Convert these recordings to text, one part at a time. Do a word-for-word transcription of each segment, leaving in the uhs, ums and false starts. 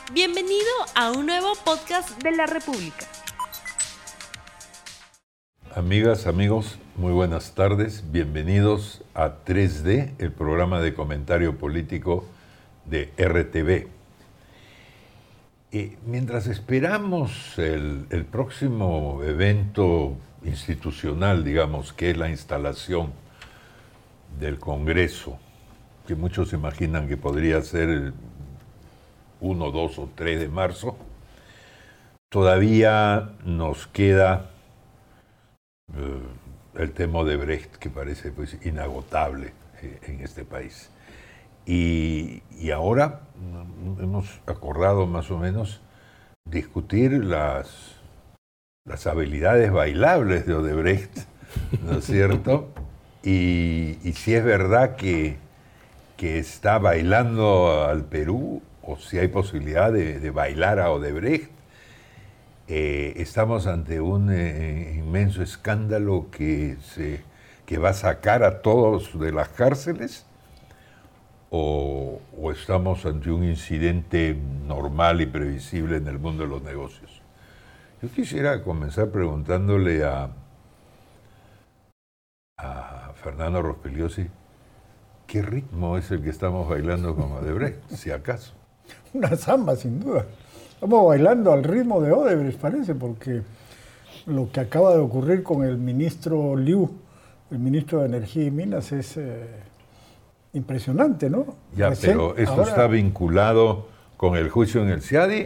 Bienvenido a un nuevo podcast de la República. Amigas, amigos, muy buenas tardes. Bienvenidos a tres D, el programa de comentario político de R T V. Y mientras esperamos el, el próximo evento institucional, digamos, que es la instalación del Congreso, que muchos imaginan que podría ser el uno, dos o tres de marzo, todavía nos queda uh, el tema de Brecht, que parece pues inagotable eh, en este país. Y, y ahora hemos acordado más o menos discutir las, las habilidades bailables de Odebrecht, ¿no es cierto? Y, y si es verdad que, que está bailando al Perú, o si hay posibilidad de, de bailar a Odebrecht. Eh, estamos ante un eh, inmenso escándalo que, se, que va a sacar a todos de las cárceles, o, o estamos ante un incidente normal y previsible en el mundo de los negocios. Yo quisiera comenzar preguntándole a, a Fernando Rospigliosi, ¿qué ritmo es el que estamos bailando con Odebrecht, si acaso? Una samba, sin duda. Estamos bailando al ritmo de Odebrecht, parece, porque lo que acaba de ocurrir con el ministro Liu, el ministro de Energía y Minas, es eh, impresionante, ¿no? Ya, Recién, pero ¿esto ahora está vinculado con el juicio en el CIADI?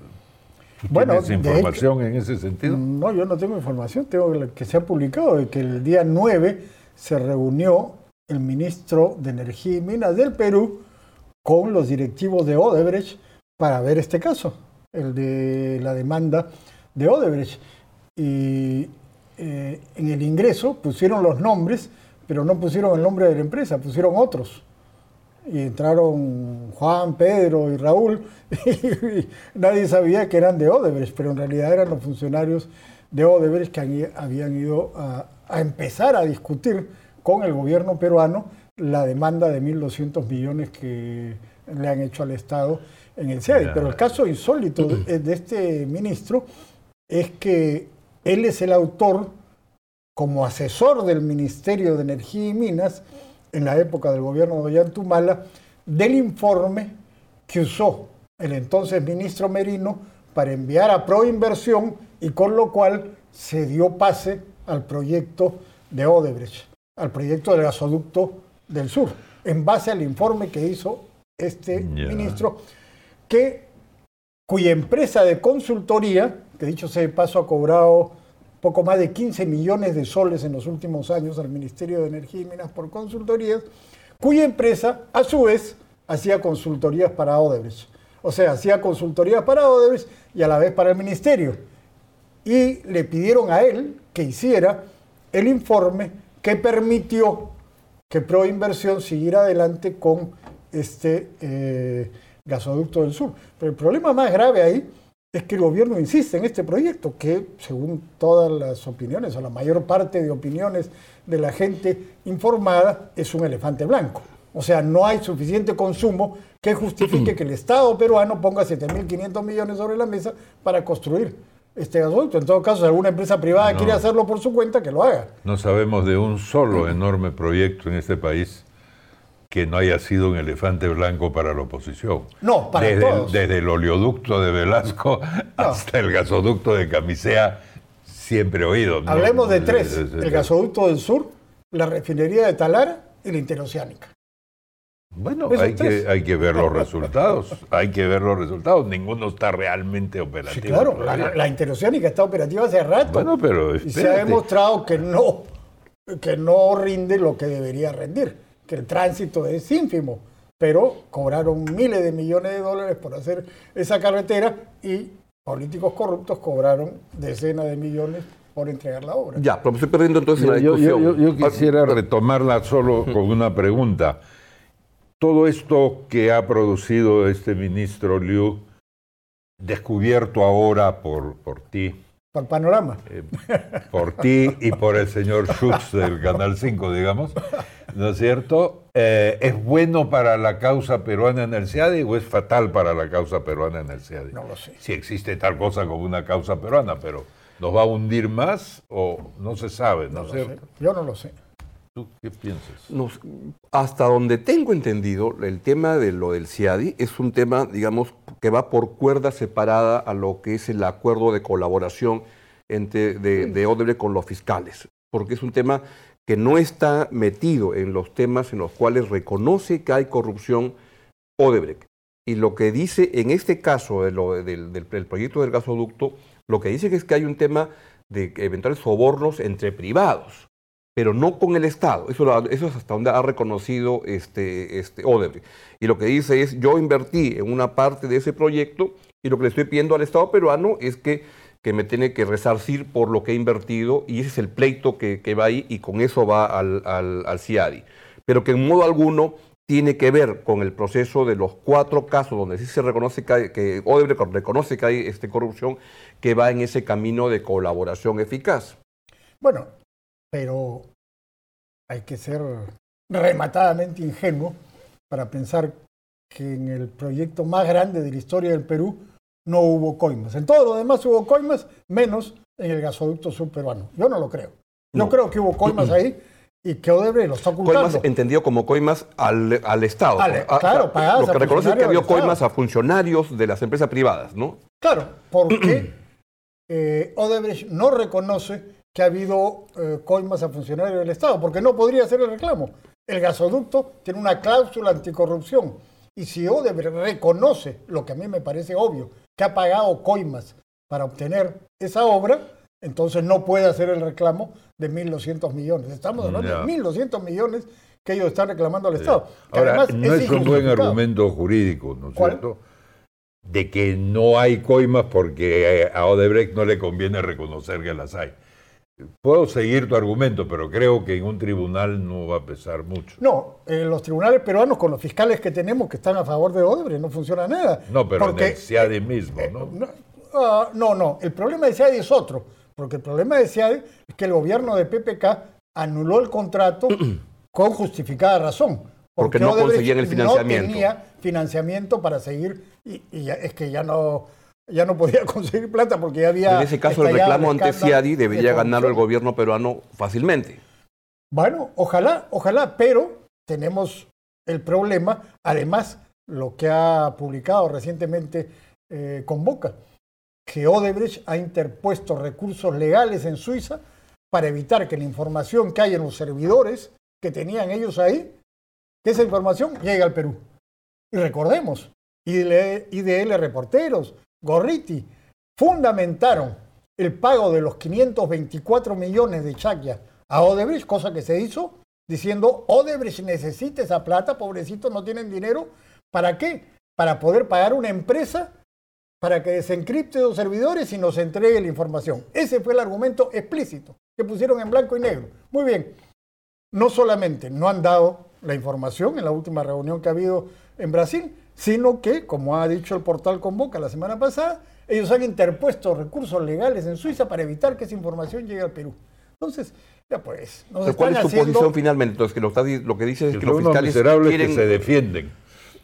¿Tú bueno, tienes información hecho, en ese sentido? No, yo no tengo información. Tengo que se ha publicado de que el día nueve se reunió el ministro de Energía y Minas del Perú con los directivos de Odebrecht para ver este caso, el de la demanda de Odebrecht. Y eh, en el ingreso pusieron los nombres, pero no pusieron el nombre de la empresa, pusieron otros. Y entraron Juan, Pedro y Raúl, y nadie sabía que eran de Odebrecht, pero en realidad eran los funcionarios de Odebrecht que habían ido a, a empezar a discutir con el gobierno peruano la demanda de mil doscientos millones que le han hecho al Estado en el CIADI. Pero el caso insólito de, de este ministro es que él es el autor, como asesor del Ministerio de Energía y Minas, en la época del gobierno de Ollantumala, del informe que usó el entonces ministro Merino para enviar a Proinversión, y con lo cual se dio pase al proyecto de Odebrecht, al proyecto del gasoducto del sur, en base al informe que hizo este yeah. ministro, que, cuya empresa de consultoría, que dicho sea de paso ha cobrado poco más de quince millones de soles en los últimos años al Ministerio de Energía y Minas por consultorías, cuya empresa a su vez hacía consultorías para Odebrecht. O sea, hacía consultorías para Odebrecht y a la vez para el ministerio. Y le pidieron a él que hiciera el informe que permitió que Proinversión siguiera adelante con este eh, gasoducto del sur. Pero el problema más grave ahí es que el gobierno insiste en este proyecto, que según todas las opiniones, o la mayor parte de opiniones de la gente informada, es un elefante blanco. O sea, no hay suficiente consumo que justifique que el Estado peruano ponga siete mil quinientos millones sobre la mesa para construir este gasoducto. En todo caso, si alguna empresa privada no, quiere hacerlo por su cuenta, que lo haga. No sabemos de un solo enorme proyecto en este país que no haya sido un elefante blanco para la oposición. No, para desde todos. El, desde el oleoducto de Velasco no. hasta el gasoducto de Camisea, siempre oído. Hablemos ¿no? de tres. De, de, de, el gasoducto del sur, la refinería de Talara y la interoceánica. Bueno, hay que, hay que ver los resultados, hay que ver los resultados, ninguno está realmente operativo. Sí, claro, la, la interoceánica está operativa hace rato. Bueno, pero y se ha demostrado que no, que no rinde lo que debería rendir, que el tránsito es ínfimo, pero cobraron miles de millones de dólares por hacer esa carretera y políticos corruptos cobraron decenas de millones por entregar la obra. Ya, pero me estoy perdiendo entonces yo, la discusión. Yo, yo, yo quisiera retomarla solo con una pregunta. Todo esto que ha producido este ministro Liu, descubierto ahora por, por ti. Por Panorama. Eh, por ti y por el señor Schutz del Canal cinco, digamos. ¿No es cierto? Eh, ¿Es bueno para la causa peruana en el C I A D I o es fatal para la causa peruana en el C I A D I? No lo sé. Si existe tal cosa como una causa peruana, pero ¿nos va a hundir más o no se sabe, ¿no, No es lo cierto? sé. Yo no lo sé. ¿Tú qué piensas? Nos- hasta donde tengo entendido, el tema de lo del C I A D I es un tema, digamos, que va por cuerda separada a lo que es el acuerdo de colaboración entre de, de Odebrecht con los fiscales, porque es un tema que no está metido en los temas en los cuales reconoce que hay corrupción Odebrecht. Y lo que dice en este caso de lo, del, del, del proyecto del gasoducto, lo que dice es que hay un tema de eventuales sobornos entre privados, pero no con el Estado. Eso, lo- eso es hasta donde ha reconocido este, este Odebrecht. Y lo que dice es, yo invertí en una parte de ese proyecto y lo que le estoy pidiendo al Estado peruano es que, que me tiene que resarcir por lo que he invertido y ese es el pleito que, que va ahí y con eso va al, al, al C I A D I. Pero que en modo alguno tiene que ver con el proceso de los cuatro casos donde sí se reconoce que, hay, que Odebrecht reconoce que hay este, corrupción, que va en ese camino de colaboración eficaz. Bueno, pero hay que ser rematadamente ingenuo para pensar que en el proyecto más grande de la historia del Perú no hubo coimas. En todo lo demás hubo coimas, menos en el gasoducto subperuano. Yo no lo creo. Yo No. creo que hubo coimas ahí y que Odebrecht lo está ocultando. Coimas entendido como coimas al, al Estado. Ale- A- claro, a- pagadas Lo que a reconoce es que funcionarios había del Estado. coimas a funcionarios de las empresas privadas, ¿no? Claro, porque eh, Odebrecht no reconoce que ha habido eh, coimas a funcionarios del Estado, porque no podría hacer el reclamo. El gasoducto tiene una cláusula anticorrupción. Y si Odebrecht reconoce, lo que a mí me parece obvio, que ha pagado coimas para obtener esa obra, entonces no puede hacer el reclamo de mil doscientos millones. Estamos hablando Ya. de mil doscientos millones que ellos están reclamando al Estado. Que Ahora, además no es un buen injustificado. argumento jurídico, ¿no es ¿Cuál? cierto? De que no hay coimas porque a Odebrecht no le conviene reconocer que las hay. Puedo seguir tu argumento, pero creo que en un tribunal no va a pesar mucho. No, en los tribunales peruanos con los fiscales que tenemos que están a favor de Odebrecht no funciona nada. No, pero Porque, en el C I A D I mismo, ¿no? No, ah, no, no, el problema de C I A D I es otro, porque el problema de C I A D I es que el gobierno de P P K anuló el contrato con justificada razón. Porque no Odebrecht conseguían el financiamiento. No tenía financiamiento para seguir, y, y ya- es que ya no, ya no podía conseguir plata porque ya había... En ese caso, el estallado reclamo ante C I A D I escándalo debería de ganarlo el corrupción. gobierno peruano fácilmente. Bueno, ojalá, ojalá, pero tenemos el problema, además, lo que ha publicado recientemente eh, Convoca, que Odebrecht ha interpuesto recursos legales en Suiza para evitar que la información que hay en los servidores que tenían ellos ahí, que esa información llegue al Perú. Y recordemos, I D L Reporteros, Gorriti, fundamentaron el pago de los quinientos veinticuatro millones de Chacya a Odebrecht, cosa que se hizo diciendo, Odebrecht necesita esa plata, pobrecitos no tienen dinero. ¿Para qué? Para poder pagar una empresa para que desencripte los servidores y nos entregue la información. Ese fue el argumento explícito que pusieron en blanco y negro. Muy bien, no solamente no han dado la información en la última reunión que ha habido en Brasil, sino que, como ha dicho el portal Convoca la semana pasada, ellos han interpuesto recursos legales en Suiza para evitar que esa información llegue al Perú. Entonces, ya pues, nos Pero ¿cuál es están tu haciendo... posición finalmente? Entonces, que lo, está di- lo que dices es Que que son los unos fiscales miserables quieren... que se defienden.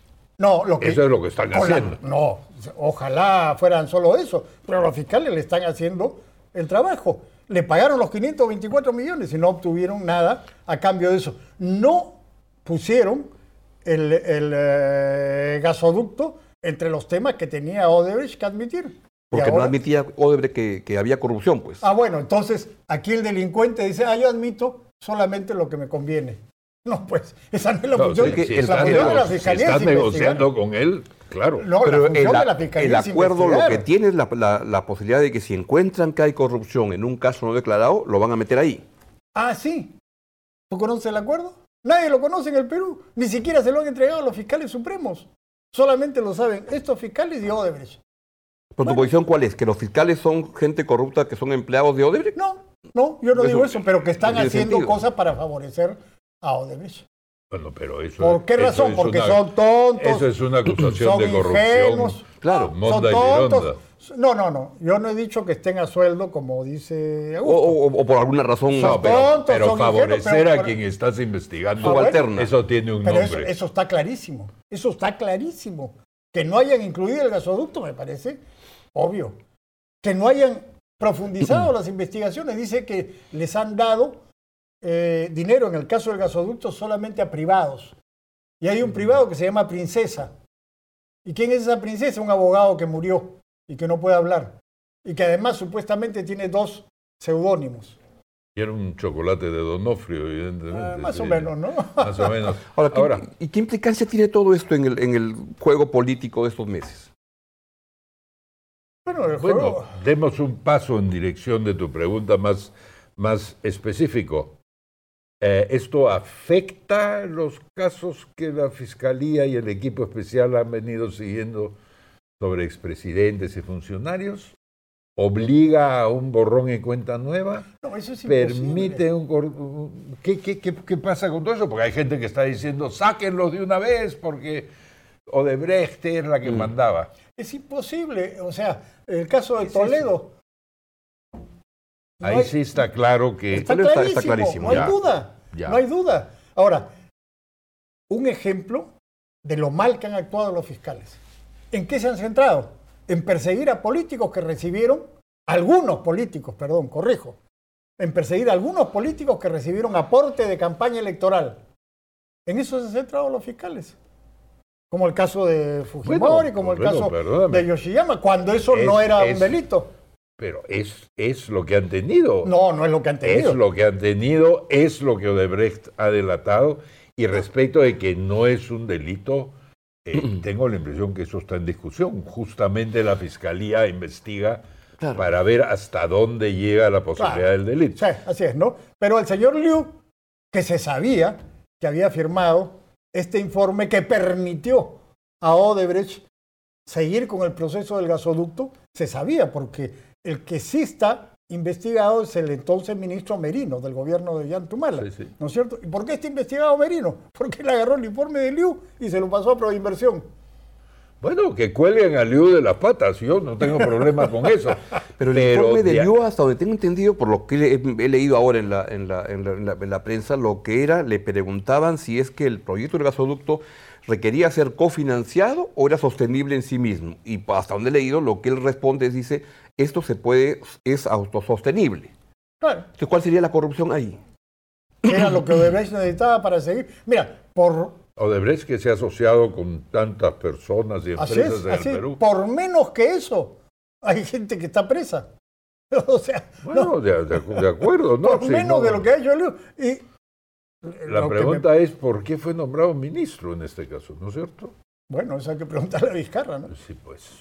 No, lo que, Eso es lo que están con la- haciendo. no, ojalá fueran solo eso, pero los fiscales le están haciendo el trabajo. Le pagaron los quinientos veinticuatro millones y no obtuvieron nada a cambio de eso. No pusieron el, el, eh, gasoducto entre los temas que tenía Odebrecht que admitir. Y Porque no ahora- admitía Odebrecht que, que había corrupción, pues. Ah, bueno, entonces aquí el delincuente dice, ah, yo admito solamente lo que me conviene. No, pues, esa no es la No, función. si- si la estás, función de la nego- si fiscalía estás es investigar. negociando con él, claro. No, Pero la función el, de la a- fiscalía el es acuerdo lo investigar. que tiene es la, la- la posibilidad de que si encuentran que hay corrupción en un caso no declarado, lo van a meter ahí. Ah, sí. ¿Tú conoces el acuerdo? Nadie lo conoce en el Perú. Ni siquiera se lo han entregado a los fiscales supremos. Solamente lo saben estos fiscales y Odebrecht. ¿Pero tu posición cuál es? ¿Que los fiscales son gente corrupta que son empleados de Odebrecht? No, no, yo no Eso digo eso, pero que están no tiene haciendo sentido. cosas para favorecer a Odebrecht. Bueno, pero eso, ¿Por qué eso razón? es Porque una- son tontos. Eso es una acusación son de corrupción. ingenuos. Claro, No, son monda y tontos. lironda. No, no, no. Yo no he dicho que estén a sueldo, como dice O, Augusto. o- o por alguna razón. Son No, pero, tontos, pero son favorecer ingenuos, pero- a quien estás investigando, Ah, bueno. Subalterna. eso tiene un Pero eso, nombre. eso está clarísimo. Eso está clarísimo. Que no hayan incluido el gasoducto me parece obvio. Que no hayan profundizado las investigaciones. Dice que les han dado eh, dinero en el caso del gasoducto solamente a privados. Y hay un privado que se llama Princesa. ¿Y quién es esa princesa? Un abogado que murió y que no puede hablar. Y que además supuestamente tiene dos seudónimos. Y era un chocolate de Donofrio, evidentemente. Ah, más sí. o menos, ¿no? Más o menos. Ahora, ¿qué, Ahora, ¿y qué implicancia tiene todo esto en el, en el juego político de estos meses? Bueno, el bueno, juego... demos un paso en dirección de tu pregunta más, más específico. Eh, ¿Esto afecta los casos que la Fiscalía y el equipo especial han venido siguiendo sobre expresidentes y funcionarios? ¿Obliga a un borrón y cuenta nueva? No, eso es imposible. ¿Permite un... cor- ¿Qué, qué, qué, qué pasa con todo eso? Porque hay gente que está diciendo, sáquenlos de una vez porque Odebrecht es la que Mm. mandaba. Es imposible. O sea, el caso de es Toledo. no Ahí hay- sí está claro que... Está Toledo está- clarísimo, está clarísimo, no hay ya. duda. Ya. No hay duda. Ahora, un ejemplo de lo mal que han actuado los fiscales. ¿En qué se han centrado? En perseguir a políticos que recibieron, algunos políticos, perdón, corrijo, en perseguir a algunos políticos que recibieron aporte de campaña electoral. En eso se han centrado los fiscales. Como el caso de Fujimori, Bueno, como el bueno, caso perdóname. de Yoshiyama, cuando eso Es- no era es- un delito. Pero es, es lo que han tenido. No, no es lo que han tenido. Es lo que han tenido, es lo que Odebrecht ha delatado. Y respecto de que no es un delito, eh, tengo la impresión que eso está en discusión. Justamente la Fiscalía investiga Claro. para ver hasta dónde llega la posibilidad Claro. del delito. Sí, así es, ¿no? Pero el señor Liu, que se sabía que había firmado este informe que permitió a Odebrecht seguir con el proceso del gasoducto, se sabía, porque el que sí está investigado es el entonces ministro Merino del gobierno de Yantumala, Sí, sí. ¿no es cierto? ¿Y por qué está investigado Merino? Porque él agarró el informe de Liu y se lo pasó a Proinversión. Bueno, que cuelguen a Liu de las patas, yo no tengo problema con eso. Pero el informe de dia- Liu, hasta donde tengo entendido, por lo que he, he leído ahora en la, en, la, en, la, en la- en la prensa, lo que era, le preguntaban si es que el proyecto del gasoducto requería ser cofinanciado o era sostenible en sí mismo. Y hasta donde he leído, lo que él responde es, dice, esto se puede, es autosostenible. Claro, Entonces, ¿cuál sería la corrupción ahí? que era lo que Odebrecht necesitaba para seguir. Mira, por Odebrecht que se ha asociado con tantas personas y Así empresas es, en así, el Perú. por menos que eso, hay gente que está presa. O sea, Bueno, no, de, de- de acuerdo, ¿no? por Sí, menos no. de lo que ha hecho Liu. Y La lo que pregunta me- es por qué fue nombrado ministro en este caso, ¿no es cierto? Bueno, eso hay que preguntarle a Vizcarra, ¿no? Sí, pues.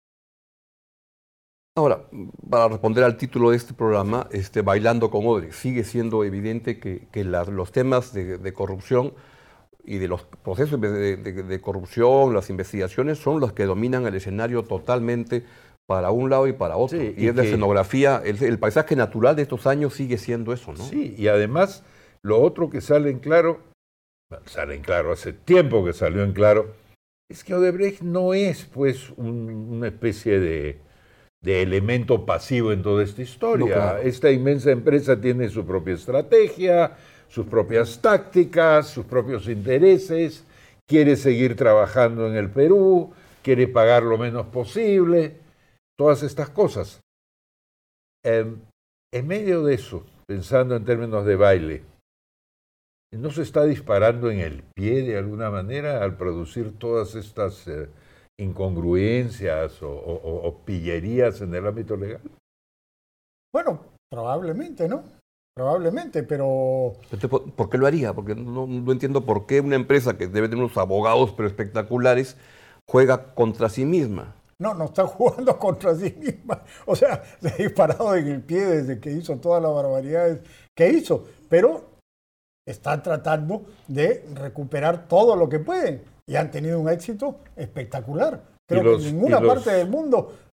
Ahora, para responder al título de este programa, este, Bailando con Odebrecht, sigue siendo evidente que, que la- los temas de, de corrupción y de los procesos de, de- de corrupción, las investigaciones, son los que dominan el escenario totalmente para un lado y para otro. Sí, y, y es la que- escenografía, el, el paisaje natural de estos años sigue siendo eso, ¿no? Sí, y además lo otro que sale en claro, bueno, sale en claro, hace tiempo que salió en claro, es que Odebrecht no es pues un- una especie de, de elemento pasivo en toda esta historia. No, claro. Esta inmensa empresa tiene su propia estrategia, sus propias tácticas, sus propios intereses, quiere seguir trabajando en el Perú, quiere pagar lo menos posible, todas estas cosas. Eh, en medio de eso, pensando en términos de baile, ¿no se está disparando en el pie de alguna manera al producir todas estas eh, incongruencias o, o- o- o pillerías en el ámbito legal? Bueno, probablemente, ¿no? Probablemente, pero Entonces, ¿por, por qué lo haría? Porque no, no entiendo por qué una empresa que debe tener unos abogados pero espectaculares juega contra sí misma. no, no está jugando contra sí misma. O sea, se ha disparado en el pie desde que hizo todas las barbaridades que hizo, pero están tratando de recuperar todo lo que pueden y han tenido un éxito espectacular. Creo Y los- que en ninguna y los- parte del mundo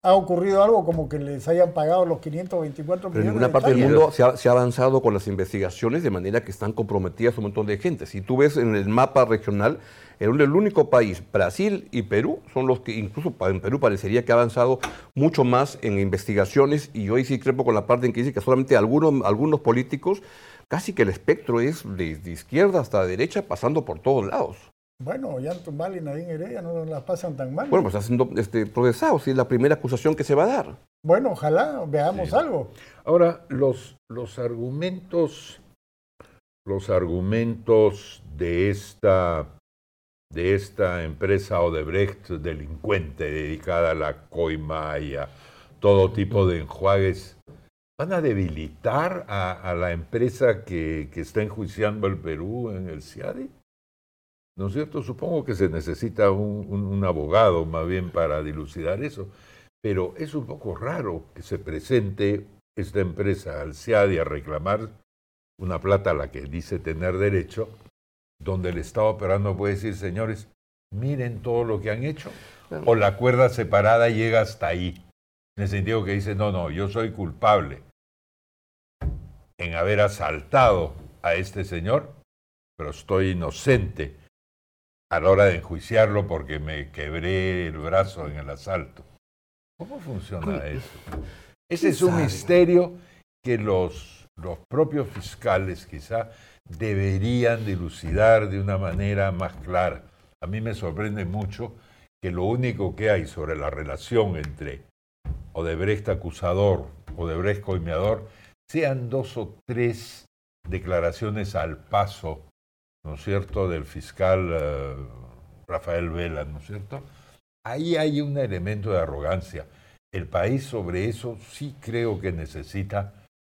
ha ocurrido algo como que les hayan pagado los quinientos veinticuatro Pero en millones ninguna de parte del hectáreas. mundo se ha, se ha avanzado con las investigaciones de manera que están comprometidas un montón de gente. Si tú ves en el mapa regional, el, el único país, Brasil y Perú, son los que, incluso en Perú parecería que ha avanzado mucho más en investigaciones, y yo ahí sí crepo con la parte en que dice que solamente algunos, algunos políticos, casi que el espectro es de, de izquierda hasta derecha, pasando por todos lados. Bueno, Ollantumala y Nadine Heredia no las pasan tan mal. Bueno, pues están siendo este, procesados, sí, es la primera acusación que se va a dar. Bueno, ojalá veamos Sí. algo. Ahora, los, los argumentos, los argumentos de esta, de esta empresa Odebrecht delincuente dedicada a la coima y a todo tipo de enjuagues, ¿van a debilitar a, a la empresa que, que está enjuiciando al Perú en el CIADI? ¿No es cierto? Supongo que se necesita un, un, un abogado más bien para dilucidar eso, pero es un poco raro que se presente esta empresa al CIADI a reclamar una plata a la que dice tener derecho, donde el Estado operando puede decir, señores, miren todo lo que han hecho, o la cuerda separada llega hasta ahí, en el sentido que dice, no, no, yo soy culpable en haber asaltado a este señor, pero estoy inocente a la hora de enjuiciarlo porque me quebré el brazo en el asalto. ¿Cómo funciona eso? Ese es un misterio que los, los propios fiscales quizá deberían dilucidar de una manera más clara. A mí me sorprende mucho que lo único que hay sobre la relación entre Odebrecht acusador, Odebrecht coimeador, sean dos o tres declaraciones al paso, ¿no es cierto?, del fiscal uh, Rafael Vela, ¿no es cierto? Ahí hay un elemento de arrogancia. El país sobre eso sí creo que necesita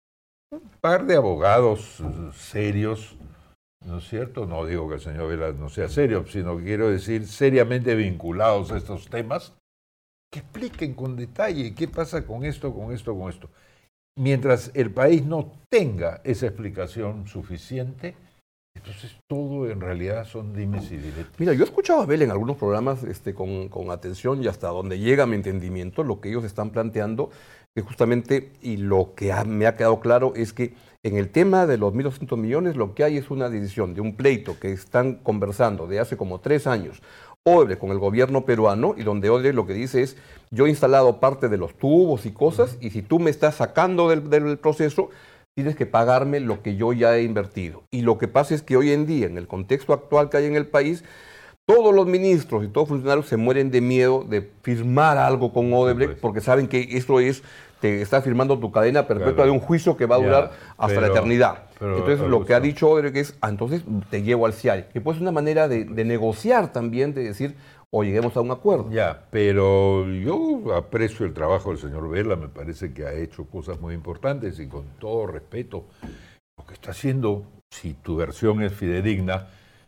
un par de abogados uh, serios, ¿no es cierto? No digo que el señor Vela no sea serio, sino que quiero decir seriamente vinculados a estos temas, que expliquen con detalle qué pasa con esto, con esto, con esto. Mientras el país no tenga esa explicación suficiente, entonces todo en realidad son dimes y diretes. Mira, yo he escuchado a Abel en algunos programas este, con, con atención, y hasta donde llega mi entendimiento, lo que ellos están planteando, que justamente, y lo que ha, me ha quedado claro, es que en el tema de los mil doscientos millones lo que hay es una decisión de un pleito que están conversando de hace como tres años, Odebrecht con el gobierno peruano, y donde Odebrecht lo que dice es, yo he instalado parte de los tubos y cosas, y si tú me estás sacando del, del proceso, tienes que pagarme lo que yo ya he invertido. Y lo que pasa es que hoy en día, en el contexto actual que hay en el país, todos los ministros y todos los funcionarios se mueren de miedo de firmar algo con Odebrecht, porque saben que eso es, te está firmando tu cadena perpetua Claro. de un juicio que va a Ya, durar hasta pero- la eternidad. pero, Entonces lo Augusto, que ha dicho Odebrecht es, ah, entonces te llevo al CIADI, que puede ser una manera de, de negociar también, de decir, o lleguemos a un acuerdo. Ya, pero yo aprecio el trabajo del señor Vela, me parece que ha hecho cosas muy importantes y con todo respeto, lo que está haciendo, si tu versión es fidedigna,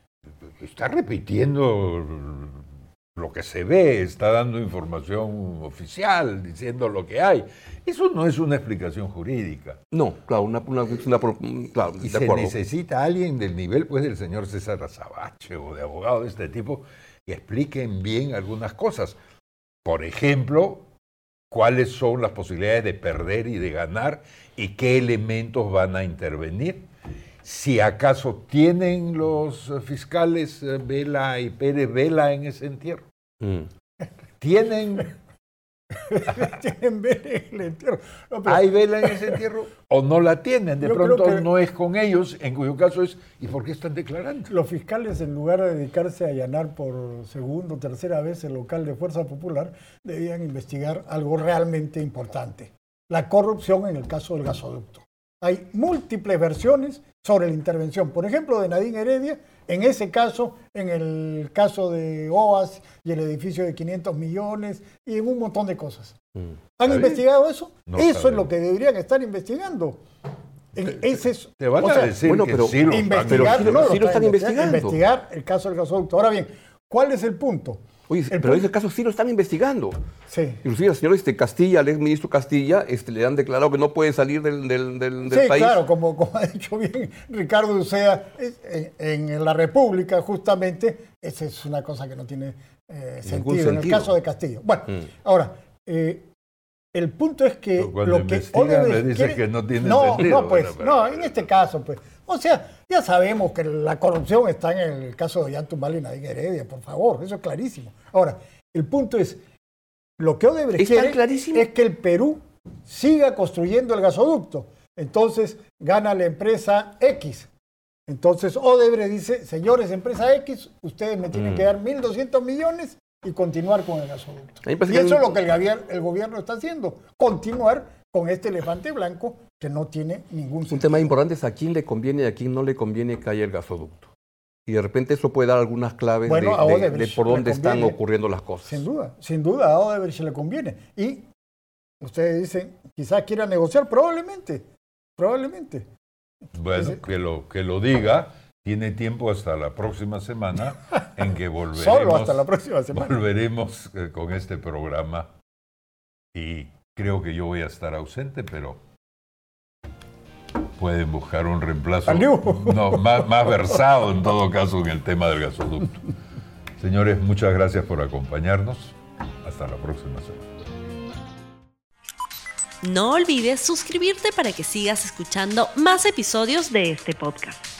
está repitiendo lo que se ve, está dando información oficial, diciendo lo que hay. Eso no es una explicación jurídica. No, claro, una, una, una- claro, Y de se acuerdo. necesita alguien del nivel pues del señor César Azabache o de abogado de este tipo que expliquen bien algunas cosas. Por ejemplo, cuáles son las posibilidades de perder y de ganar y qué elementos van a intervenir. Si acaso tienen los eh, fiscales eh, Vela y Pérez Vela en ese entierro. Mm. ¿Tienen, Tienen ver el entierro. No, pero- hay Vela en ese entierro o no la tienen? De Yo creo pronto que- no es con ellos, en cuyo caso es, ¿y por qué están declarando? Los fiscales, en lugar de dedicarse a allanar por segunda o tercera vez el local de Fuerza Popular, debían investigar algo realmente importante: la corrupción en el caso del gasoducto. Hay múltiples versiones sobre la intervención, por ejemplo, de Nadine Heredia, en ese caso, en el caso de O A S y el edificio de quinientos millones y en un montón de cosas. Mm. ¿Han ¿Está investigado eso? No eso es sabemos. lo que deberían estar investigando. En- ese es- Te van o a sea, decir bueno, que pero sí lo están investigar, pero sí lo- no, sí lo están investi- investigando. investigar el caso del gasoducto. Ahora bien, ¿cuál es el punto? Oye, El pero punto- en ese caso sí lo están investigando. Sí. Inclusive al señor este, Castilla, al ex ministro Castilla, este, le han declarado que no puede salir del, del, del, del Sí, país. claro, como, como ha dicho bien Ricardo Ucea, es- en, en la República justamente, esa es una cosa que no tiene eh, sentido, en el sentido. caso de Castillo. Bueno, Mm. ahora, eh, el punto es que cuando lo que investigan Odebrecht le dicen quiere- que no tiene no, sentido. No, pues, Bueno, pero- no, en este caso, pues. O sea, ya sabemos que la corrupción está en el caso de Ollantumala y Nadine Heredia, por favor, eso es clarísimo. Ahora, el punto es, lo que Odebrecht ¿Es tan quiere clarísimo? es que el Perú siga construyendo el gasoducto. Entonces, gana la empresa X. Entonces, Odebrecht dice, señores, empresa X, ustedes me tienen Mm. que dar mil doscientos millones y continuar con el gasoducto. A mí me parece Y que eso hay es un- lo que el, gavier- el gobierno está haciendo, continuar con este elefante blanco que no tiene ningún Un sentido. tema importante es a quién le conviene y a quién no le conviene que haya el gasoducto. Y de repente eso puede dar algunas claves Bueno, de- a de, Odebrecht de por le dónde están conviene. ocurriendo las cosas. Sin duda, sin duda a Odebrecht se le conviene. Y ustedes dicen, quizás quiera negociar, probablemente, probablemente. Bueno, Ese- que lo, que lo diga, tiene tiempo hasta la próxima semana en que volveremos, Solo hasta la próxima semana. volveremos eh, con este programa. Y creo que yo voy a estar ausente, pero pueden buscar un reemplazo Salió. no, más, más versado en todo caso en el tema del gasoducto. Señores, muchas gracias por acompañarnos. Hasta la próxima semana. No olvides suscribirte para que sigas escuchando más episodios de este podcast.